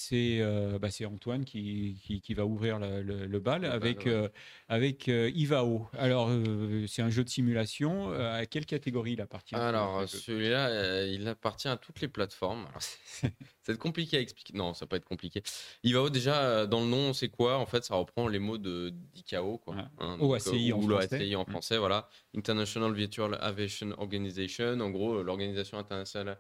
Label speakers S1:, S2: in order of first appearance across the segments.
S1: c'est Antoine qui va ouvrir le bal
S2: Le bal,
S1: avec,
S2: ouais.
S1: Ivao. Alors, c'est un jeu de simulation. À quelle catégorie il appartient, ce
S2: Alors,
S1: jeu?
S2: celui-là, il appartient à toutes les plateformes. Alors, c'est compliqué à expliquer. Non, ça va pas être compliqué. Ivao, déjà, dans le nom, c'est quoi? En fait, ça reprend les mots d'ICAO, quoi.
S1: Hein,
S2: Hein, donc,
S1: OACI en
S2: ou le
S1: français.
S2: SCI en français, voilà. International Virtual Aviation Organization. En gros, l'organisation internationale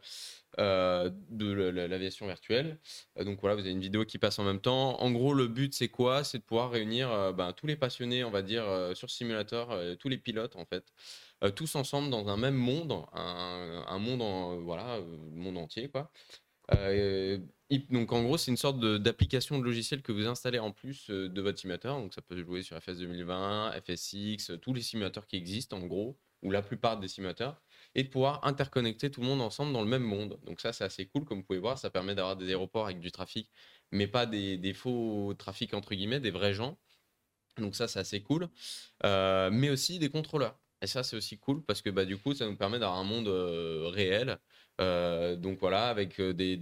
S2: de l'aviation virtuelle. Donc voilà, vous avez une vidéo qui passe en même temps. En gros, le but, c'est quoi? C'est de pouvoir réunir tous les passionnés, on va dire, sur simulateur, tous les pilotes, en fait, tous ensemble dans un même monde, un monde, voilà, le monde entier, quoi. Euh, donc en gros, c'est une sorte d'application de logiciel que vous installez en plus de votre simulateur. Donc ça peut jouer sur FS 2020, FSX, tous les simulateurs qui existent en gros, ou la plupart des simulateurs, et de pouvoir interconnecter tout le monde ensemble dans le même monde. Donc ça, c'est assez cool, comme vous pouvez voir, ça permet d'avoir des aéroports avec du trafic, mais pas des faux trafics entre guillemets, des vrais gens. Donc ça, c'est assez cool. Mais aussi des contrôleurs. Et ça, c'est aussi cool parce que bah, du coup, ça nous permet d'avoir un monde réel. Donc voilà, avec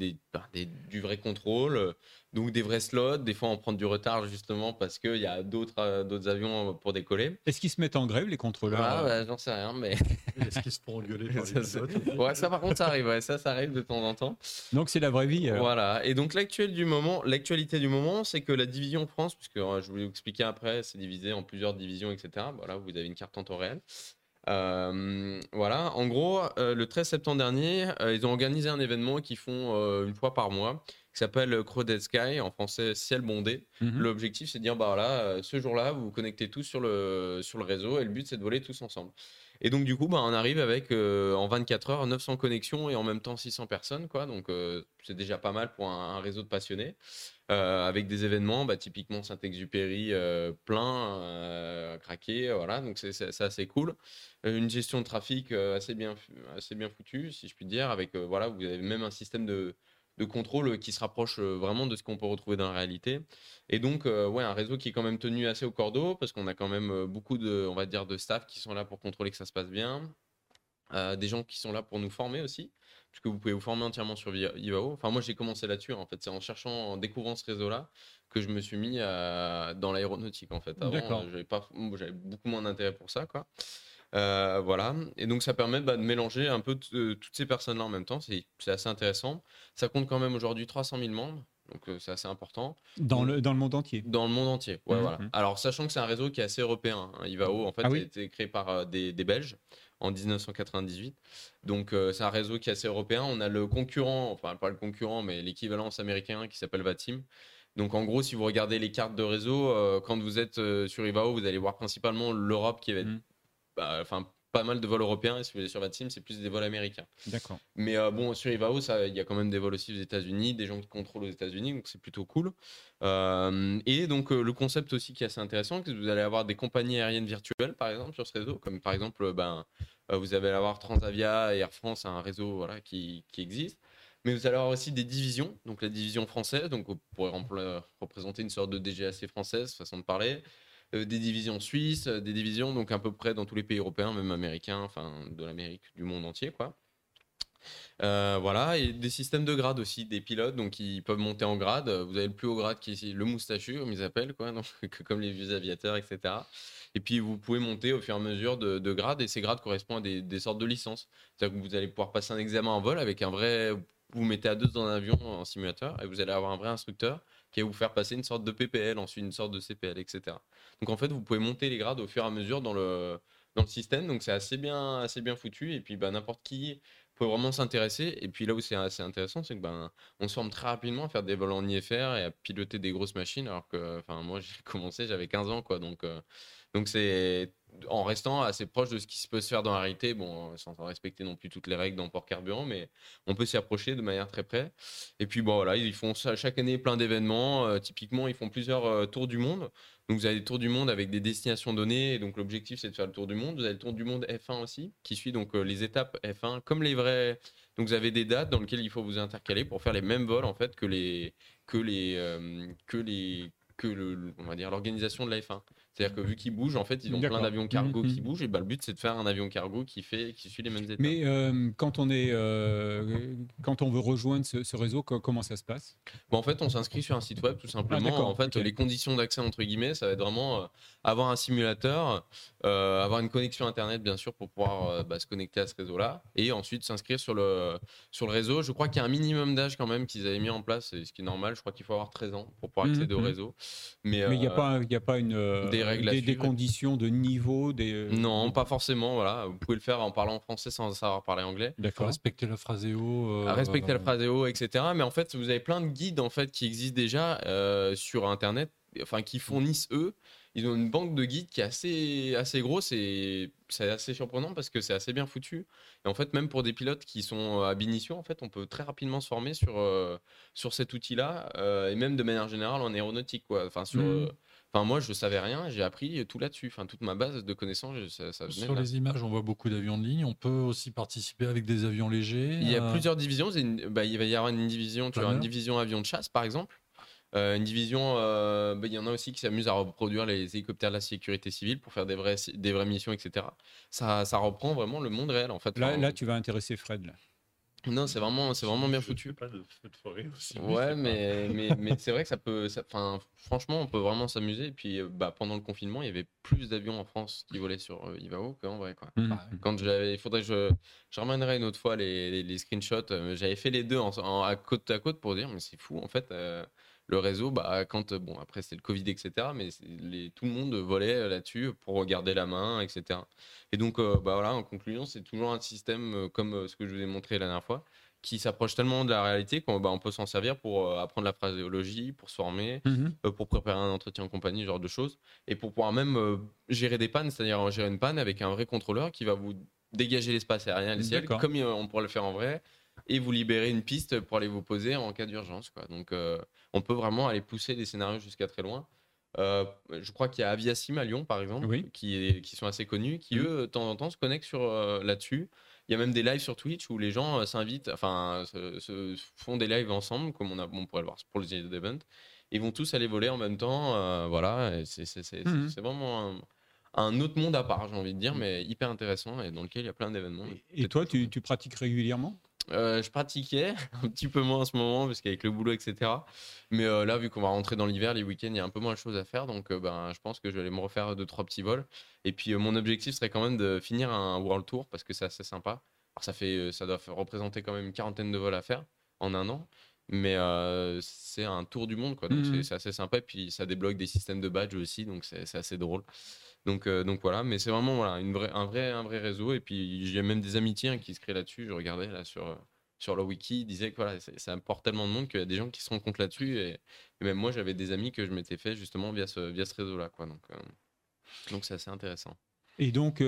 S2: du vrai contrôle, donc des vrais slots. Des fois, on prend du retard justement parce qu'il y a d'autres avions pour décoller.
S1: Est-ce qu'ils se mettent en grève, les contrôleurs?
S2: Voilà, bah, j'en sais rien, mais
S3: Est-ce qu'ils se font engueuler par les pilotes aussi?
S2: ouais, ça par contre, ça arrive. Ouais, ça arrive de temps en temps.
S1: Donc, c'est la vraie vie, alors.
S2: Voilà. Et donc l'actualité du moment, c'est que la division France, puisque je vais vous expliquer après, c'est divisé en plusieurs divisions, etc. Voilà, vous avez une carte en temps réel. Voilà. En gros, le 13 septembre dernier, ils ont organisé un événement qu'ils font une fois par mois, qui s'appelle Crowded Sky, en français ciel bondé.
S1: Mhm.
S2: L'objectif, c'est de dire, bah voilà, ce jour-là, vous vous connectez tous sur le réseau, et le but, c'est de voler tous ensemble. Et donc, du coup, bah, on arrive avec, en 24 heures, 900 connexions et en même temps 600 personnes, quoi. Donc, c'est déjà pas mal pour un réseau de passionnés. Avec des événements, bah, typiquement Saint-Exupéry plein, craqué, voilà. Donc, c'est assez cool. Une gestion de trafic assez bien foutue, si je puis dire, avec, voilà, vous avez même un système de contrôle qui se rapproche vraiment de ce qu'on peut retrouver dans la réalité. Et donc, ouais, un réseau qui est quand même tenu assez au cordeau, parce qu'on a quand même beaucoup on va dire, de staff qui sont là pour contrôler que ça se passe bien. Des gens qui sont là pour nous former aussi, puisque vous pouvez vous former entièrement sur Ivao. Enfin, moi, j'ai commencé là-dessus, en fait. C'est en cherchant, en découvrant ce réseau-là, que je me suis mis dans l'aéronautique, en fait. Avant,
S1: D'accord.
S2: j'avais beaucoup moins d'intérêt pour ça, quoi. Voilà. Et donc, ça permet de mélanger un peu toutes ces personnes-là en même temps. C'est assez intéressant. Ça compte quand même aujourd'hui 300 000 membres, donc c'est assez important.
S1: Dans
S2: Donc,
S1: le monde entier.
S2: dans le monde entier, ouais, voilà.
S1: Mhm.
S2: Alors, sachant que c'est un réseau qui est assez européen, hein, Ivao, en
S1: Ah
S2: fait, ça a
S1: oui?
S2: été créé par des Belges en 1998. Donc, c'est un réseau qui est assez européen. On a le concurrent, enfin, pas le concurrent, mais l'équivalence américain qui s'appelle Vatim. Donc, en gros, si vous regardez les cartes de réseau, quand vous êtes sur Ivao, vous allez voir principalement l'Europe qui va être,
S1: Mhm.
S2: enfin, pas mal de vols européens. Et si vous êtes sur Vatim, c'est plus des vols américains.
S1: D'accord.
S2: Mais bon, sur Ivao, il y a quand même des vols aussi aux États-Unis, des gens qui contrôlent aux États-Unis, donc c'est plutôt cool. Et donc, le concept aussi qui est assez intéressant, c'est que vous allez avoir des compagnies aériennes virtuelles, par exemple, sur ce réseau, comme par exemple, vous allez avoir Transavia et Air France, un réseau voilà, qui existe. Mais vous allez avoir aussi des divisions, donc la division française, donc vous pourrez représenter une sorte de DGAC française, façon de parler, des divisions suisses, des divisions donc à peu près dans tous les pays européens, même américains, enfin de l'Amérique, du monde entier, quoi. Voilà, et des systèmes de grade aussi, des pilotes, donc ils peuvent monter en grade. Vous avez le plus haut grade qui est ici, le moustachu, comme ils appellent, quoi, donc, comme les vieux aviateurs, etc. Et puis vous pouvez monter au fur et à mesure de grades, et ces grades correspondent à des sortes de licences. C'est-à-dire que vous allez pouvoir passer un examen en vol avec un vrai. Vous mettez à deux dans un avion en simulateur, et vous allez avoir un vrai instructeur qui va vous faire passer une sorte de PPL, ensuite une sorte de CPL, etc. Donc en fait, vous pouvez monter les grades au fur et à mesure dans le système, donc c'est assez bien foutu, et puis bah, n'importe qui faut vraiment s'intéresser. Et puis là où c'est assez intéressant, c'est que on se forme très rapidement à faire des vols en IFR et à piloter des grosses machines. Alors que, enfin, moi, j'ai commencé, j'avais 15 ans, quoi. Donc c'est en restant assez proche de ce qui se peut se faire dans la réalité, bon, sans respecter non plus toutes les règles dans le port carburant, mais on peut s'y approcher de manière très près. Et puis bon, voilà, ils font ça chaque année plein d'événements. Typiquement, ils font plusieurs tours du monde. Donc vous avez des tours du monde avec des destinations données. Et donc l'objectif, c'est de faire le tour du monde. Vous avez le tour du monde F1 aussi, qui suit donc les étapes F1 comme les vrais. Donc vous avez des dates dans lesquelles il faut vous intercaler pour faire les mêmes vols en fait que on va dire l'organisation de la F1. C'est-à-dire que vu qu'ils bougent, en fait, ils ont
S1: D'accord.
S2: plein d'avions cargo qui bougent. Et le but, c'est de faire un avion cargo qui suit les mêmes étapes.
S1: Mais quand on veut rejoindre ce réseau, comment ça se passe?
S2: Bon, en fait, on s'inscrit sur un site web tout simplement.
S1: d'accord,
S2: En fait,
S1: ok.
S2: les conditions d'accès entre guillemets, ça va être vraiment avoir un simulateur, avoir une connexion internet bien sûr pour pouvoir se connecter à ce réseau-là, et ensuite s'inscrire sur le réseau. Je crois qu'il y a un minimum d'âge quand même qu'ils avaient mis en place, et ce qui est normal. Je crois qu'il faut avoir 13 ans pour pouvoir accéder au réseau. Mais
S1: il n'y a pas
S2: des règles à
S1: des
S2: suivre.
S1: conditions de niveau
S2: Non, pas forcément. Voilà, vous pouvez le faire en parlant français sans savoir parler anglais.
S3: Faut
S1: D'accord.
S3: respecter la phraseo.
S2: À respecter la phraseo, etc. Mais en fait, vous avez plein de guides en fait qui existent déjà sur Internet, enfin qui fournissent eux. Ils ont une banque de guides qui est assez grosse, et c'est assez surprenant parce que c'est assez bien foutu. Et en fait, même pour des pilotes qui sont à Binition, en fait, on peut très rapidement se former sur cet outil-là, et même de manière générale en aéronautique, quoi. Enfin, moi, je savais rien, j'ai appris tout là-dessus. Enfin, toute ma base de connaissances, ça venait
S3: Sur
S2: de là.
S3: les images, on voit beaucoup d'avions de ligne. On peut aussi participer avec des avions légers.
S2: Il y a plusieurs divisions. Il va y avoir une division, tu vois, une division avion de chasse, par exemple. Une division, il y en a aussi qui s'amusent à reproduire les hélicoptères de la sécurité civile pour faire des vraies missions, etc. Ça reprend vraiment le monde réel, en fait.
S1: Là, tu vas intéresser Fred. Là.
S2: Non, c'est vraiment bien foutu.
S3: Je fais pas de feu de forêt aussi.
S2: Ouais, mais c'est vrai que franchement, on peut vraiment s'amuser. Et puis, pendant le confinement, il y avait plus d'avions en France qui volaient sur Ivao qu'en vrai, quoi. Il faudrait que je ramènerai une autre fois les screenshots. J'avais fait les deux à côte pour dire, mais c'est fou, en fait. Le réseau, après c'est le Covid, etc. Mais tout le monde volait là-dessus pour regarder la main, etc. Et donc, voilà, en conclusion, c'est toujours un système comme ce que je vous ai montré la dernière fois, qui s'approche tellement de la réalité qu'on peut s'en servir pour apprendre la phraséologie, pour se former, pour préparer un entretien en compagnie, ce genre de choses, et pour pouvoir même gérer des pannes, c'est-à-dire gérer une panne avec un vrai contrôleur qui va vous dégager l'espace aérien et le ciel, comme on pourrait le faire en vrai, et vous libérer une piste pour aller vous poser en cas d'urgence, quoi. Donc, on peut vraiment aller pousser les scénarios jusqu'à très loin. Je crois qu'il y a Aviasim à Lyon, par exemple, qui sont assez connus, qui eux, de temps en temps, se connectent là-dessus. Il y a même des lives sur Twitch où les gens s'invitent, enfin, se font des lives ensemble, comme on pourrait le voir pour le The Event. Ils vont tous aller voler en même temps, voilà. Et c'est vraiment un autre monde à part, j'ai envie de dire, mais hyper intéressant, et dans lequel il y a plein d'événements.
S1: Et toi, tu pratiques régulièrement?
S2: Je pratiquais un petit peu moins en ce moment parce qu'avec le boulot, etc. Mais là, vu qu'on va rentrer dans l'hiver, les week-ends, il y a un peu moins de choses à faire. Donc, je pense que je vais aller me refaire 2-3 petits vols. Et puis, mon objectif serait quand même de finir un World Tour parce que c'est assez sympa. Alors, ça doit représenter quand même une quarantaine de vols à faire en un an. Mais c'est un tour du monde, quoi. Donc, c'est assez sympa. Et puis, ça débloque des systèmes de badge aussi. Donc, c'est assez drôle. Donc voilà, mais c'est vraiment un vrai réseau. Et puis j'ai même des amitiés qui se créent là-dessus. Je regardais là sur le wiki, ils disaient que voilà, ça apporte tellement de monde qu'il y a des gens qui se rencontrent là-dessus. Et même moi, j'avais des amis que je m'étais fait justement via ce réseau-là, quoi. Donc c'est assez intéressant.
S1: Et donc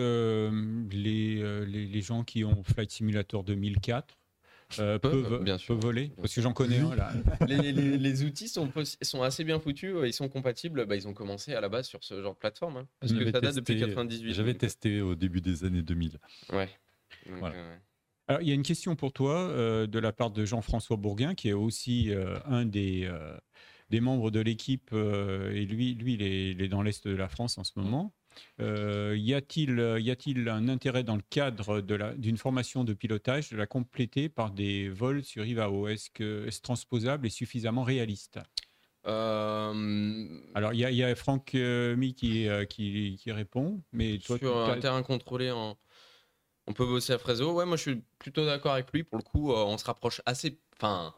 S1: les gens qui ont Flight Simulator 2004 peuvent voler, parce que j'en connais un là.
S2: Les outils sont assez bien foutus, ils sont compatibles. Ils ont commencé à la base sur ce genre de plateforme, hein, parce que ça date depuis 98.
S3: J'avais testé au début des années 2000.
S2: Ouais. Donc,
S3: voilà.
S1: Alors, il y a une question pour toi de la part de Jean-François Bourguin, qui est aussi un des membres de l'équipe, et lui il est dans l'Est de la France en ce moment. Y a-t-il un intérêt dans le cadre d'une formation de pilotage de la compléter par des vols sur Ivao? Est-ce transposable et suffisamment réaliste? Alors, il y a Franck Mi qui répond, mais toi,
S2: sur un terrain contrôlé, on peut bosser à Frézo. Ouais, moi je suis plutôt d'accord avec lui. Pour le coup, on se rapproche assez. Enfin,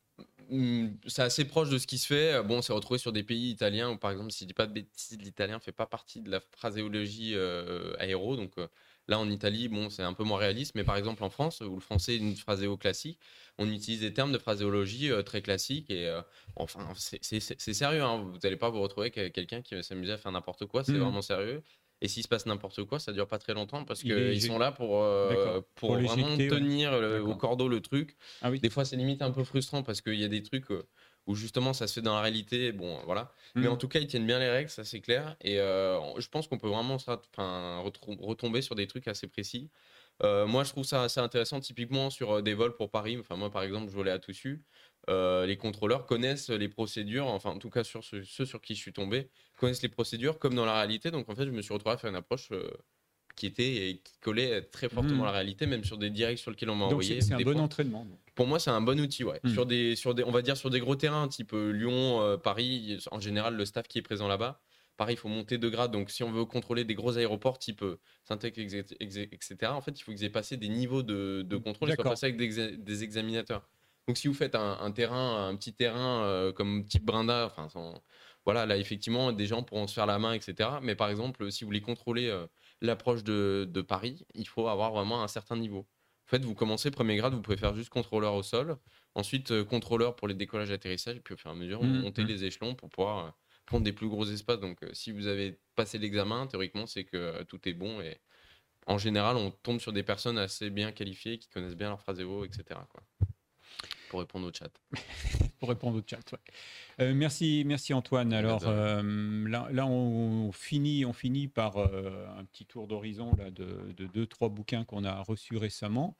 S2: c'est assez proche de ce qui se fait. Bon, on s'est retrouvé sur des pays italiens où, par exemple, si je dis pas de bêtises, l'italien fait pas partie de la phraséologie aéro. Donc là, en Italie, bon, c'est un peu moins réaliste. Mais par exemple, en France, où le français est une phraséo classique, on utilise des termes de phraséologie très classiques. Et enfin, c'est sérieux, hein. Vous n'allez pas vous retrouver avec quelqu'un qui va s'amuser à faire n'importe quoi. C'est vraiment sérieux. Et s'il se passe n'importe quoi, ça dure pas très longtemps parce qu'ils sont là pour vraiment tenir au cordeau le truc.
S1: Ah oui.
S2: Des fois, c'est limite un peu frustrant parce qu'il y a des trucs où justement ça se fait dans la réalité. Bon, voilà. Mais en tout cas, ils tiennent bien les règles, ça c'est clair. Et je pense qu'on peut vraiment retomber sur des trucs assez précis. Moi, je trouve ça assez intéressant, typiquement sur des vols pour Paris. Enfin, moi, par exemple, je volais à Toussus. Les contrôleurs connaissent les procédures, enfin, en tout cas, sur ceux sur qui je suis tombé, connaissent les procédures comme dans la réalité. Donc, en fait, je me suis retrouvé à faire une approche qui collait très fortement à la réalité, même sur des directs sur lesquels on m'a
S1: Donc
S2: envoyé.
S1: c'est un bon entraînement. Donc.
S2: Pour moi, c'est un bon outil, ouais. Sur des, on va dire sur des gros terrains, type Lyon, Paris, en général, le staff qui est présent là-bas. Pareil, il faut monter de grade. Donc, si on veut contrôler des gros aéroports type Saint-Ex, etc., en fait, il faut qu'ils aient passé des niveaux de contrôle, ils soient passés avec des examinateurs. Donc, si vous faites un petit terrain comme type Brinda, enfin, voilà, là, effectivement, des gens pourront se faire la main, etc. Mais par exemple, si vous voulez contrôler l'approche de Paris, il faut avoir vraiment un certain niveau. En fait, vous commencez premier grade, vous pouvez faire juste contrôleur au sol. Ensuite, contrôleur pour les décollages et atterrissages. Et puis, au fur et à mesure, vous montez les échelons pour pouvoir prendre des plus gros espaces. Donc, si vous avez passé l'examen, théoriquement, c'est que tout est bon. Et en général, on tombe sur des personnes assez bien qualifiées qui connaissent bien leur phraseo, etc. quoi. Pour répondre au chat.
S1: Pour répondre au chat, ouais. Merci Antoine. Alors là on finit par un petit tour d'horizon là, de 2-3 bouquins qu'on a reçus récemment.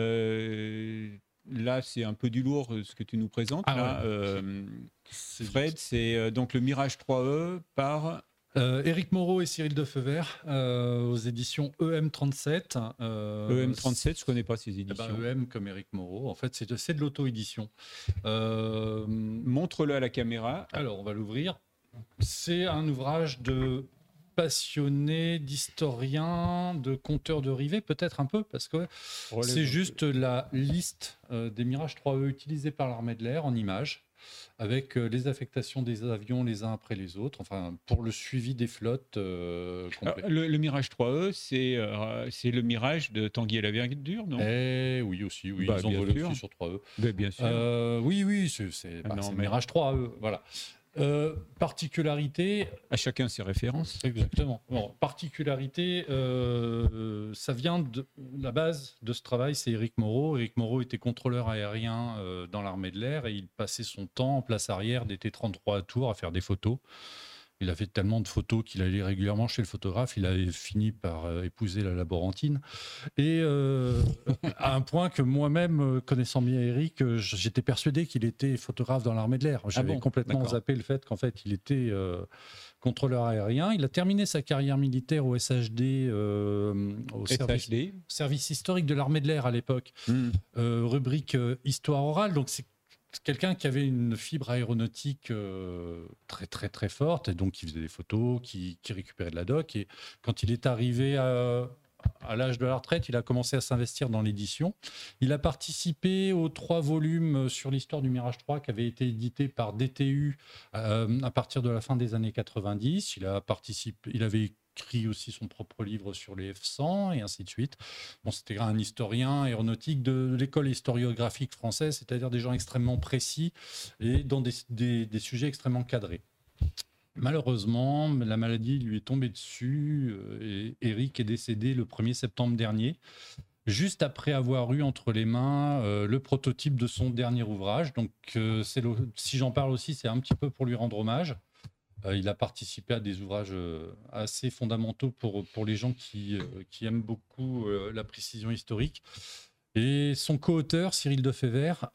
S1: Là, c'est un peu du lourd ce que tu nous présentes. Fred, c'est donc le Mirage 3E par...
S3: Éric Moreau et Cyril Defeuvert aux éditions EM37.
S1: EM37, je ne connais pas ces éditions.
S3: EM comme Éric Moreau, en fait, c'est de l'auto-édition.
S1: Montre-le à la caméra.
S3: Alors, on va l'ouvrir. C'est un ouvrage de passionné, d'historien, de conteur de rivets, peut-être un peu, parce que c'est juste la liste des Mirage 3E utilisés par l'armée de l'air en images, avec les affectations des avions les uns après les autres, enfin pour le suivi des flottes complètes.
S1: Le Mirage 3E, c'est le Mirage de Tanguy et la Verdure, non ?
S3: Oui, aussi, oui, ils ont volé aussi sur 3E.
S1: Bien sûr.
S3: Oui, c'est Mirage 3E, voilà. Particularité...
S1: À chacun ses références.
S3: Exactement. Bon, particularité, ça vient de la base de ce travail, c'est Éric Moreau. Éric Moreau était contrôleur aérien dans l'armée de l'air et il passait son temps en place arrière des T-33 à Tours à faire des photos. Il a fait tellement de photos qu'il allait régulièrement chez le photographe. Il avait fini par épouser la laborantine. Et à un point que moi-même, connaissant bien Eric, j'étais persuadé qu'il était photographe dans l'armée de l'air. J'avais complètement zappé le fait qu'en fait, il était contrôleur aérien. Il a terminé sa carrière militaire au SHD, au service historique de l'armée de l'air à l'époque. Rubrique histoire orale. Donc, c'est quelqu'un qui avait une fibre aéronautique très très très forte, et donc qui faisait des photos, qui récupérait de la doc. Et quand il est arrivé à l'âge de la retraite, il a commencé à s'investir dans l'édition. Il a participé aux 3 volumes sur l'histoire du Mirage 3 qui avaient été édités par DTU à partir de la fin des années 90. Il avait écrit aussi son propre livre sur les F-100 et ainsi de suite. Bon, c'était un historien aéronautique de l'école historiographique française, c'est-à-dire des gens extrêmement précis et dans des sujets extrêmement cadrés. Malheureusement, la maladie lui est tombée dessus et Éric est décédé le 1er septembre dernier, juste après avoir eu entre les mains le prototype de son dernier ouvrage. Donc, si j'en parle aussi, c'est un petit peu pour lui rendre hommage. Il a participé à des ouvrages assez fondamentaux pour les gens qui aiment beaucoup la précision historique. Et son co-auteur, Cyril Defeuvert,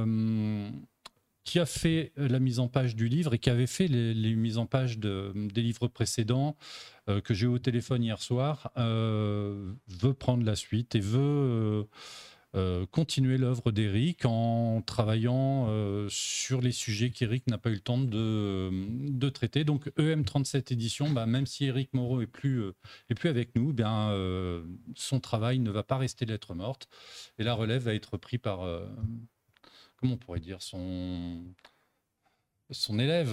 S3: qui a fait la mise en page du livre et qui avait fait les mises en page des livres précédents que j'ai eu au téléphone hier soir, veut prendre la suite et veut continuer l'œuvre d'Éric en travaillant sur les sujets qu'Éric n'a pas eu le temps de traiter. Donc EM37 édition, même si Éric Moreau est plus avec nous, son travail ne va pas rester lettre morte et la relève va être prise par comment on pourrait dire son élève,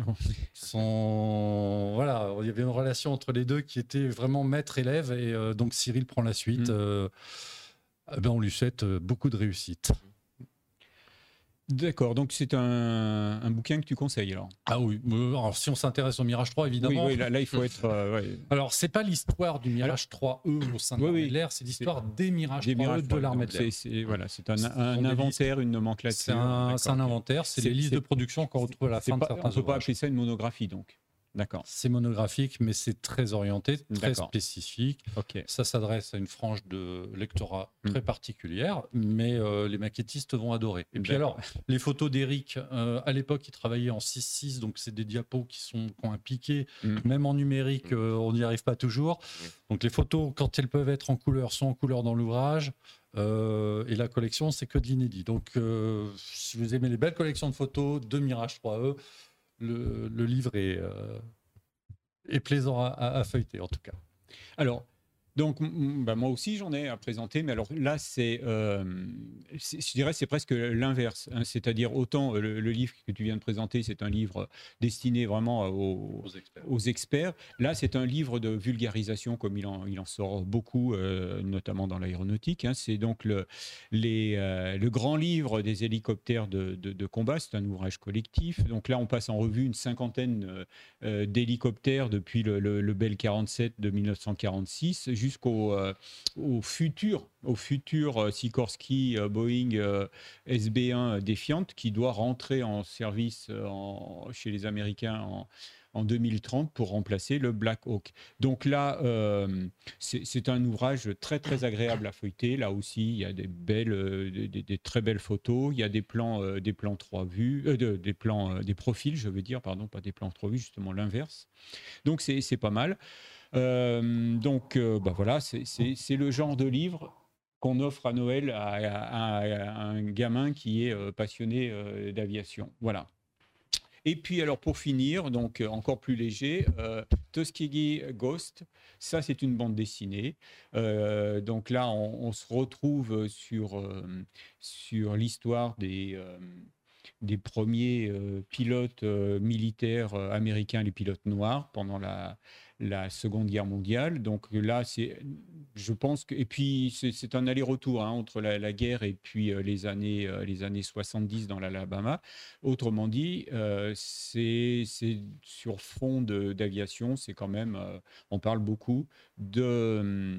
S3: voilà, il y avait une relation entre les deux qui était vraiment maître-élève et donc Cyril prend la suite. On lui souhaite beaucoup de réussite.
S1: D'accord, donc c'est un bouquin que tu conseilles alors.
S3: Ah oui, alors, si on s'intéresse au Mirage 3, évidemment.
S1: Oui, là il faut être...
S3: Alors, c'est pas l'histoire du Mirage 3E au sein de l'armée de l'air, c'est l'histoire des Mirages 3E de l'armée de l'air.
S1: C'est un inventaire, une nomenclature.
S3: C'est un inventaire, c'est les listes de production qu'on retrouve à la fin de certains ouvrages.
S1: On ne peut pas appeler ça une monographie donc. D'accord.
S3: C'est monographique, mais c'est très orienté, très
S1: D'accord.
S3: spécifique.
S1: Ok.
S3: Ça s'adresse à une frange de lectorat très particulière, mais les maquettistes vont adorer. Et puis alors, les photos d'Éric, à l'époque, il travaillait en 6:6, donc c'est des diapos qui ont un piqué. Même en numérique, on n'y arrive pas toujours. Donc les photos, quand elles peuvent être en couleur, sont en couleur dans l'ouvrage. Et la collection, c'est que de l'inédit. Donc, si vous aimez les belles collections de photos de Mirage 3E, le livre est plaisant à feuilleter, en tout cas.
S1: Alors, donc, moi aussi, j'en ai à présenter, mais alors là, je dirais, c'est presque l'inverse. Hein, c'est-à-dire, autant le livre que tu viens de présenter, c'est un livre destiné vraiment aux experts. Là, c'est un livre de vulgarisation, comme il en sort beaucoup, notamment dans l'aéronautique. Hein. C'est donc le grand livre des hélicoptères de combat. C'est un ouvrage collectif. Donc là, on passe en revue une cinquantaine d'hélicoptères depuis le Bell 47 de 1946 jusqu'au futur Sikorsky Boeing SB1 Defiant qui doit rentrer en service chez les Américains en 2030 pour remplacer le Black Hawk. Donc là, c'est un ouvrage très très agréable à feuilleter. Là aussi, il y a des très belles photos. Il y a des plans 3 vues, des profils, je veux dire, pardon, pas des plans 3 vues, justement l'inverse. Donc c'est pas mal. Voilà, c'est le genre de livre qu'on offre à Noël à un gamin qui est passionné d'aviation. Voilà. Et puis alors pour finir, donc encore plus léger, Tuskegee Ghost, ça c'est une bande dessinée. Donc là on se retrouve sur l'histoire des premiers pilotes militaires américains, les pilotes noirs, pendant la Seconde Guerre mondiale. Donc là, je pense que... Et puis, c'est un aller-retour entre la guerre et puis les années 70 dans l'Alabama. Autrement dit, c'est sur fond d'aviation, c'est quand même... on parle beaucoup de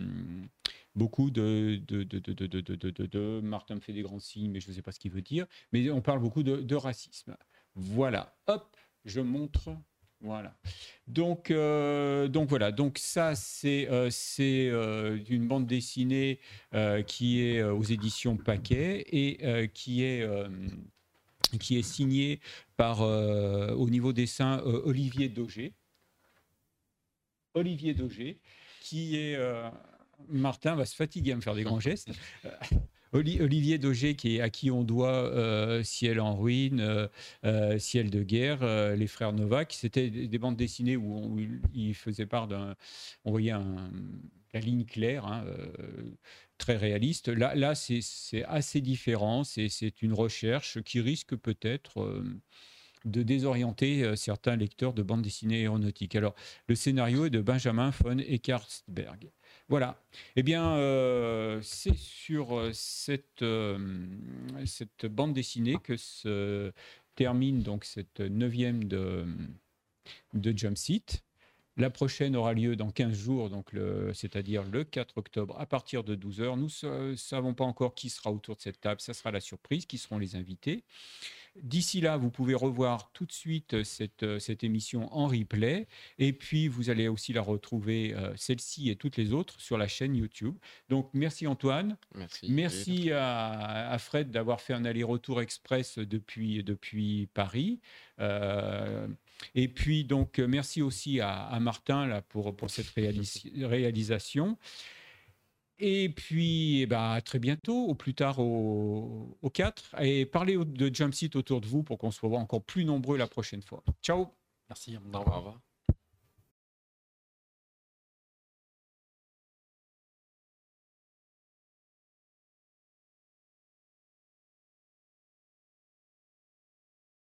S1: Martin me fait des grands signes, mais je ne sais pas ce qu'il veut dire, mais on parle beaucoup de racisme. Voilà, hop, je montre, voilà. Donc voilà, donc ça c'est une bande dessinée qui est aux éditions Paquet et qui est signée par, au niveau dessin, Olivier Daugé. Olivier Daugé, qui est... Martin va se fatiguer à me faire des grands gestes. Olivier Daugé, à qui on doit Ciel en ruine, Ciel de guerre, Les Frères Novak. C'était des bandes dessinées où il faisait part on voyait la ligne claire, très réaliste. Là c'est assez différent. C'est une recherche qui risque peut-être de désorienter certains lecteurs de bandes dessinées aéronautiques. Alors, le scénario est de Benjamin von Eckartsberg. Voilà. Eh bien, c'est sur cette bande dessinée que se termine donc cette 9e de Jump Seat. La prochaine aura lieu dans 15 jours, c'est-à-dire le 4 octobre à partir de 12h. Nous ne savons pas encore qui sera autour de cette table. Ça sera la surprise, qui seront les invités. D'ici là, vous pouvez revoir tout de suite cette émission en replay. Et puis, vous allez aussi la retrouver, celle-ci et toutes les autres, sur la chaîne YouTube. Donc, merci Antoine. Merci à Fred d'avoir fait un aller-retour express depuis Paris. Et puis, donc, merci aussi à Martin là, pour cette réalisation. Et puis, à très bientôt, au plus tard au 4. Et parlez de Jump Seat autour de vous pour qu'on soit encore plus nombreux la prochaine fois. Ciao.
S3: Merci.
S2: Au revoir.